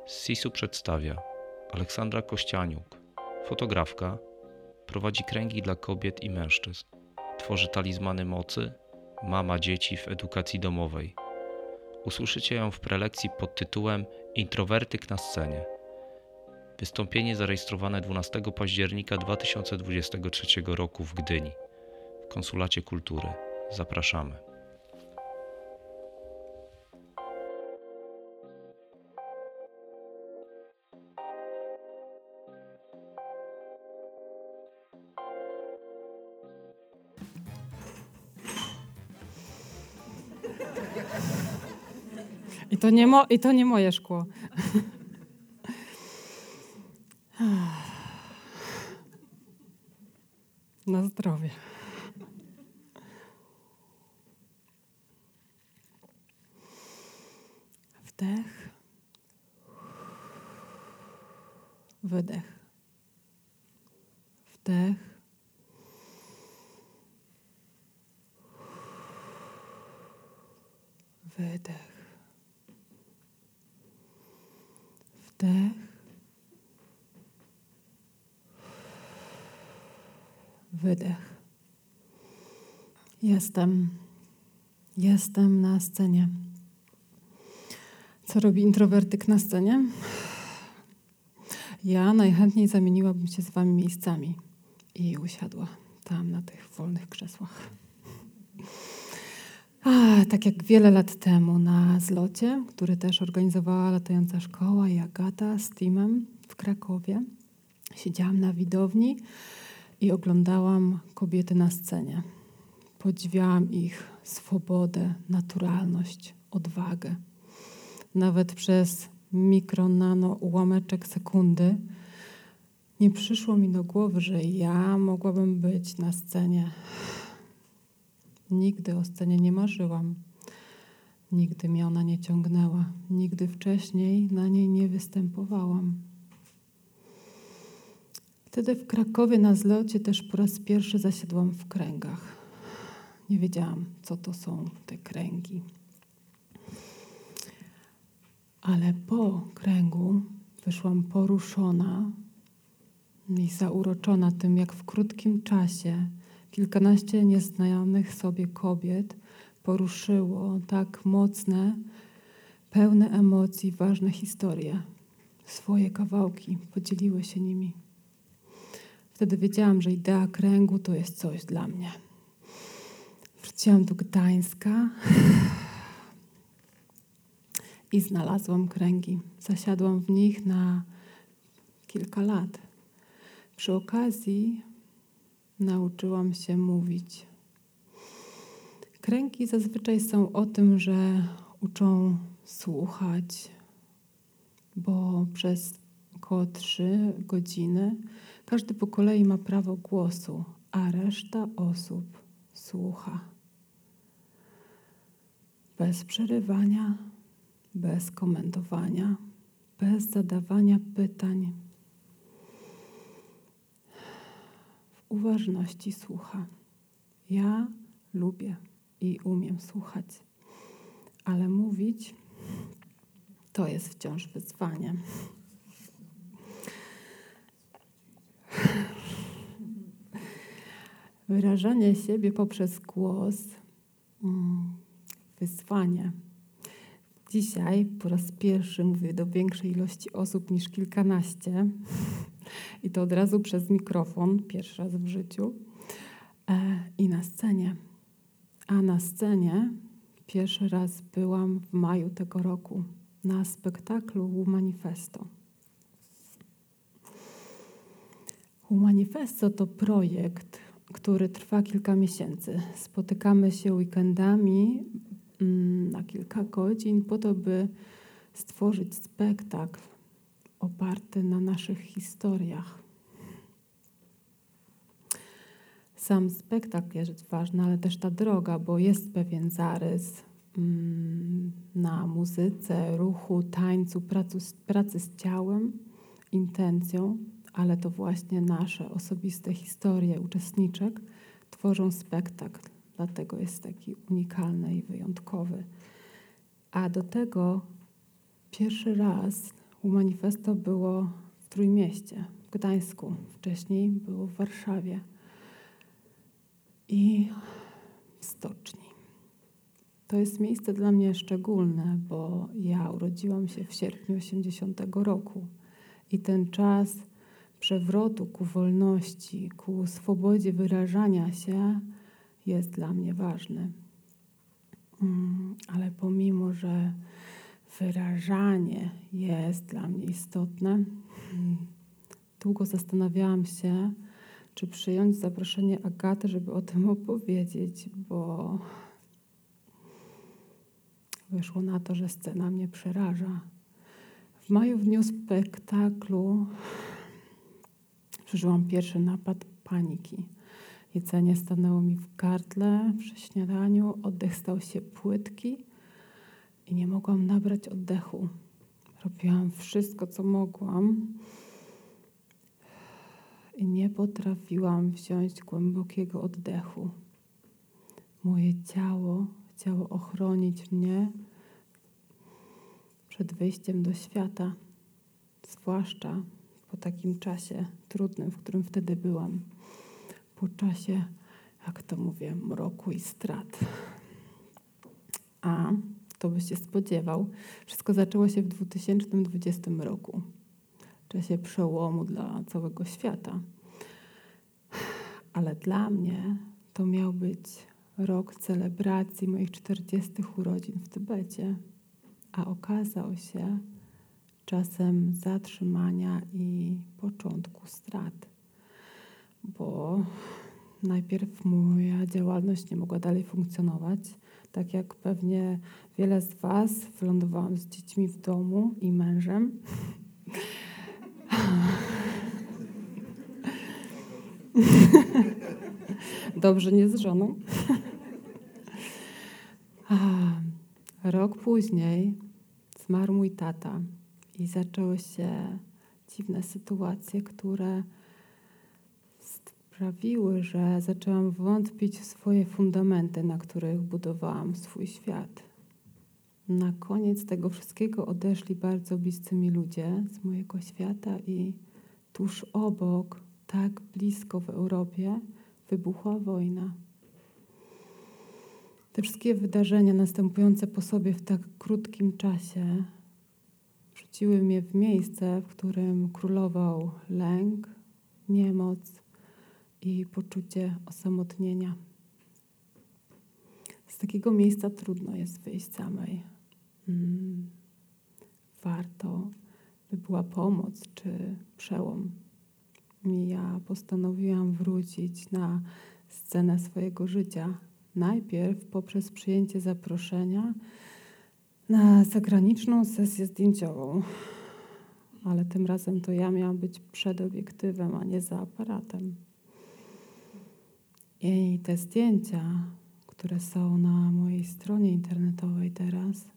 Sisu przedstawia Aleksandra Kościaniuk, fotografka, prowadzi kręgi dla kobiet i mężczyzn, tworzy talizmany mocy, mama dzieci w edukacji domowej. Usłyszycie ją w prelekcji pod tytułem Introwertyk na scenie. Wystąpienie zarejestrowane 12 października 2023 roku w Gdyni, w Konsulacie Kultury. Zapraszamy. I to nie moje szkło. Na zdrowie. Wdech. Wydech. Wdech. Wydech. Wdech. Wydech. Jestem na scenie. Co robi introwertyk na scenie? Ja najchętniej zamieniłabym się z wami miejscami i usiadła tam na tych wolnych krzesłach. Tak jak wiele lat temu na zlocie, który też organizowała Latająca Szkoła i Agata z teamem w Krakowie, siedziałam na widowni i oglądałam kobiety na scenie. Podziwiałam ich swobodę, naturalność, odwagę. Nawet przez nano ułameczek sekundy nie przyszło mi do głowy, że ja mogłabym być na scenie. Nigdy o scenie nie marzyłam. Nigdy mnie ona nie ciągnęła. Nigdy wcześniej na niej nie występowałam. Wtedy w Krakowie na zlocie też po raz pierwszy zasiadłam w kręgach. Nie wiedziałam, co to są te kręgi. Ale po kręgu wyszłam poruszona i zauroczona tym, jak w krótkim czasie kilkanaście nieznanych sobie kobiet poruszyło tak mocne, pełne emocji, ważne historie. Swoje kawałki podzieliły się nimi. Wtedy wiedziałam, że idea kręgu to jest coś dla mnie. Wróciłam do Gdańska i znalazłam kręgi. Zasiadłam w nich na kilka lat. Przy okazji nauczyłam się mówić. Kręgi zazwyczaj są o tym, że uczą słuchać, bo przez około 3 godziny każdy po kolei ma prawo głosu, a reszta osób słucha. Bez przerywania, bez komentowania, bez zadawania pytań. W uważności słucha. Ja lubię i umiem słuchać, ale mówić to jest wciąż wyzwanie. Wyrażanie siebie poprzez głos wyzwanie. Dzisiaj po raz pierwszy mówię do większej ilości osób niż kilkanaście i to od razu przez mikrofon, pierwszy raz w życiu i na scenie. A na scenie pierwszy raz byłam w maju tego roku na spektaklu Humanifesto. Humanifesto to projekt, który trwa kilka miesięcy. Spotykamy się weekendami na kilka godzin po to, by stworzyć spektakl oparty na naszych historiach. Sam spektakl jest ważny, ale też ta droga, bo jest pewien zarys na muzyce, ruchu, tańcu, pracy z ciałem, intencją, ale to właśnie nasze osobiste historie uczestniczek tworzą spektakl. Dlatego jest taki unikalny i wyjątkowy. A do tego pierwszy raz Manifesto było w Trójmieście, w Gdańsku. Wcześniej było w Warszawie i w Stoczni. To jest miejsce dla mnie szczególne, bo ja urodziłam się w sierpniu 80 roku i ten czas przewrotu ku wolności, ku swobodzie wyrażania się jest dla mnie ważny. Ale pomimo, że wyrażanie jest dla mnie istotne, długo zastanawiałam się, czy przyjąć zaproszenie Agaty, żeby o tym opowiedzieć, bo wyszło na to, że scena mnie przeraża. W maju, w dniu spektaklu, przeżyłam pierwszy napad paniki. Jedzenie stanęło mi w gardle przy śniadaniu, oddech stał się płytki i nie mogłam nabrać oddechu. Robiłam wszystko, co mogłam i nie potrafiłam wziąć głębokiego oddechu. Moje ciało chciało ochronić mnie przed wyjściem do świata, zwłaszcza po takim czasie trudnym, w którym wtedy byłam. Po czasie, jak to mówię, mroku i strat. A, to byś się spodziewał, wszystko zaczęło się w 2020 roku. W czasie przełomu dla całego świata. Ale dla mnie to miał być rok celebracji moich 40 urodzin w Tybecie, a okazał się czasem zatrzymania i początku strat. Bo najpierw moja działalność nie mogła dalej funkcjonować. Tak jak pewnie wiele z Was, wylądowałam z dziećmi w domu i mężem. Dobrze, nie z żoną. Rok później zmarł mój tata i zaczęły się dziwne sytuacje, które sprawiły, że zaczęłam wątpić w swoje fundamenty, na których budowałam swój świat. Na koniec tego wszystkiego odeszli bardzo bliscy mi ludzie z mojego świata i tuż obok, tak blisko w Europie, wybuchła wojna. Te wszystkie wydarzenia następujące po sobie w tak krótkim czasie wrzuciły mnie w miejsce, w którym królował lęk, niemoc i poczucie osamotnienia. Z takiego miejsca trudno jest wyjść samej. Warto, by była pomoc czy przełom. I ja postanowiłam wrócić na scenę swojego życia. Najpierw poprzez przyjęcie zaproszenia na zagraniczną sesję zdjęciową. Ale tym razem to ja miałam być przed obiektywem, a nie za aparatem. I te zdjęcia, które są na mojej stronie internetowej teraz,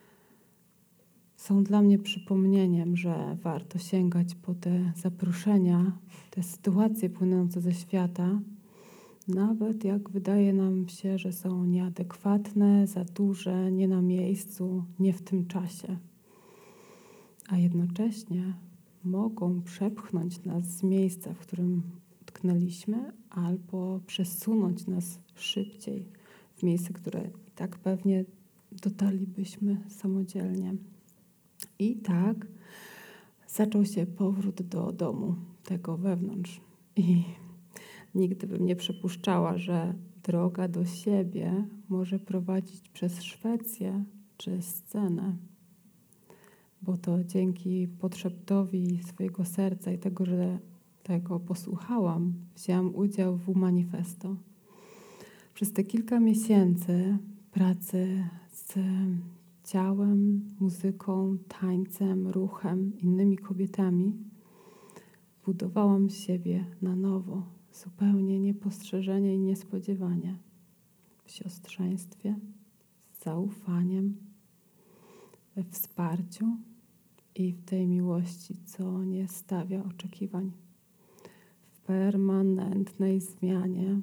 są dla mnie przypomnieniem, że warto sięgać po te zaproszenia, te sytuacje płynące ze świata, nawet jak wydaje nam się, że są nieadekwatne, za duże, nie na miejscu, nie w tym czasie. A jednocześnie mogą przepchnąć nas z miejsca, w którym utknęliśmy, albo przesunąć nas szybciej w miejsce, które i tak pewnie dotarlibyśmy samodzielnie. I tak zaczął się powrót do domu, tego wewnątrz. I nigdy bym nie przypuszczała, że droga do siebie może prowadzić przez Szwecję czy scenę. Bo to dzięki podszeptowi swojego serca i tego, że tego posłuchałam, wzięłam udział w Manifesto. Przez te kilka miesięcy pracy z ciałem, muzyką, tańcem, ruchem, innymi kobietami budowałam siebie na nowo, zupełnie niepostrzeżenie i niespodziewanie. W siostrzeństwie, z zaufaniem, we wsparciu i w tej miłości, co nie stawia oczekiwań. W permanentnej zmianie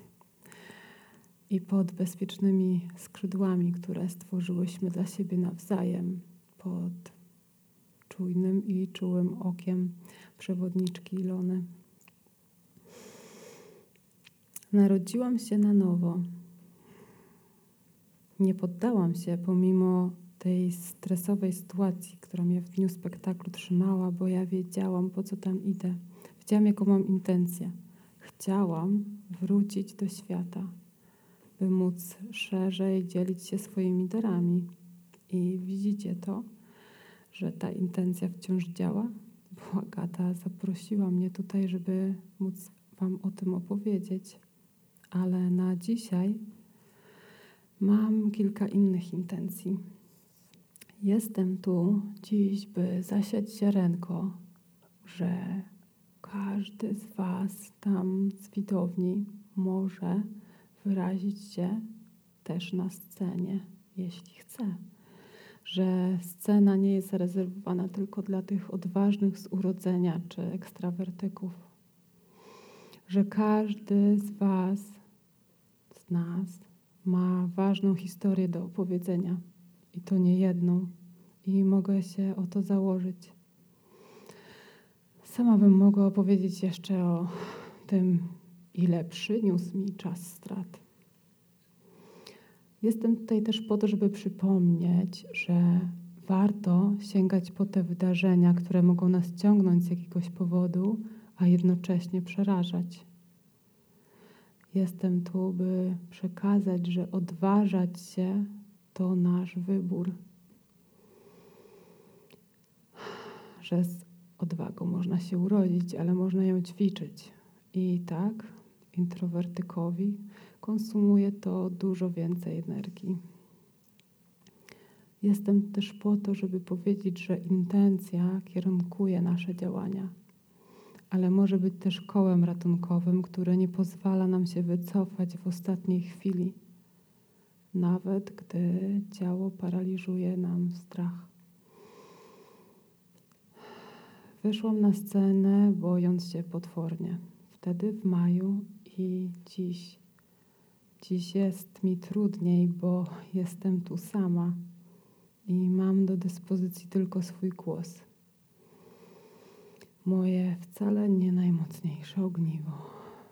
i pod bezpiecznymi skrzydłami, które stworzyłyśmy dla siebie nawzajem, pod czujnym i czułym okiem przewodniczki Ilony. Narodziłam się na nowo. Nie poddałam się pomimo tej stresowej sytuacji, która mnie w dniu spektaklu trzymała, bo ja wiedziałam, po co tam idę. Wiedziałam, jaką mam intencję. Chciałam wrócić do świata, by móc szerzej dzielić się swoimi darami. I widzicie to, że ta intencja wciąż działa, bo Agata zaprosiła mnie tutaj, żeby móc Wam o tym opowiedzieć. Ale na dzisiaj mam kilka innych intencji. Jestem tu dziś, by zasiać ziarenko, że każdy z Was tam z widowni może wyrazić się też na scenie, jeśli chce. Że scena nie jest zarezerwowana tylko dla tych odważnych z urodzenia czy ekstrawertyków. Że każdy z Was, z nas ma ważną historię do opowiedzenia. I to nie jedną. I mogę się o to założyć. Sama bym mogła opowiedzieć jeszcze o tym, ile przyniósł mi czas strat. Jestem tutaj też po to, żeby przypomnieć, że warto sięgać po te wydarzenia, które mogą nas ciągnąć z jakiegoś powodu, a jednocześnie przerażać. Jestem tu, by przekazać, że odważać się to nasz wybór. Że z odwagą można się urodzić, ale można ją ćwiczyć. I tak introwertykowi konsumuje to dużo więcej energii. Jestem też po to, żeby powiedzieć, że intencja kierunkuje nasze działania, ale może być też kołem ratunkowym, które nie pozwala nam się wycofać w ostatniej chwili, nawet gdy ciało paraliżuje nam strach. Wyszłam na scenę, bojąc się potwornie. Wtedy w maju i dziś. Dziś jest mi trudniej, bo jestem tu sama i mam do dyspozycji tylko swój głos. Moje wcale nie najmocniejsze ogniwo.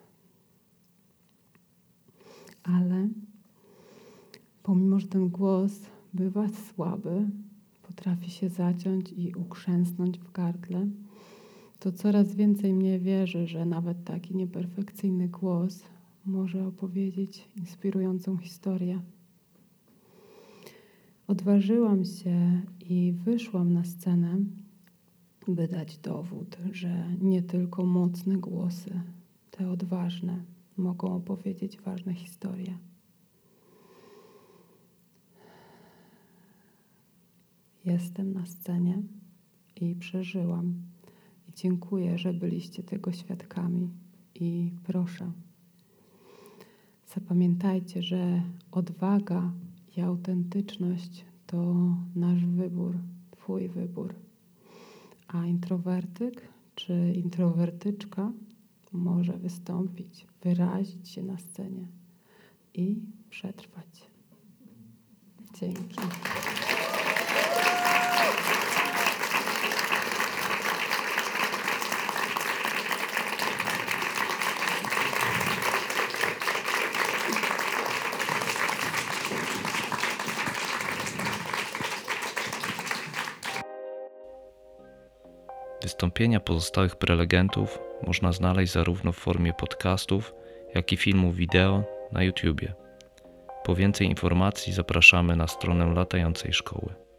Ale pomimo, że ten głos bywa słaby, potrafi się zaciąć i ukrzęsnąć w gardle, to coraz więcej mnie wierzy, że nawet taki nieperfekcyjny głos może opowiedzieć inspirującą historię. Odważyłam się i wyszłam na scenę, by dać dowód, że nie tylko mocne głosy, te odważne, mogą opowiedzieć ważne historie. Jestem na scenie i przeżyłam. I dziękuję, że byliście tego świadkami. I proszę, zapamiętajcie, że odwaga i autentyczność to nasz wybór, Twój wybór. A introwertyk czy introwertyczka może wystąpić, wyrazić się na scenie i przetrwać. Dzięki. Wystąpienia pozostałych prelegentów można znaleźć zarówno w formie podcastów, jak i filmów wideo na YouTubie. Po więcej informacji zapraszamy na stronę Latającej Szkoły.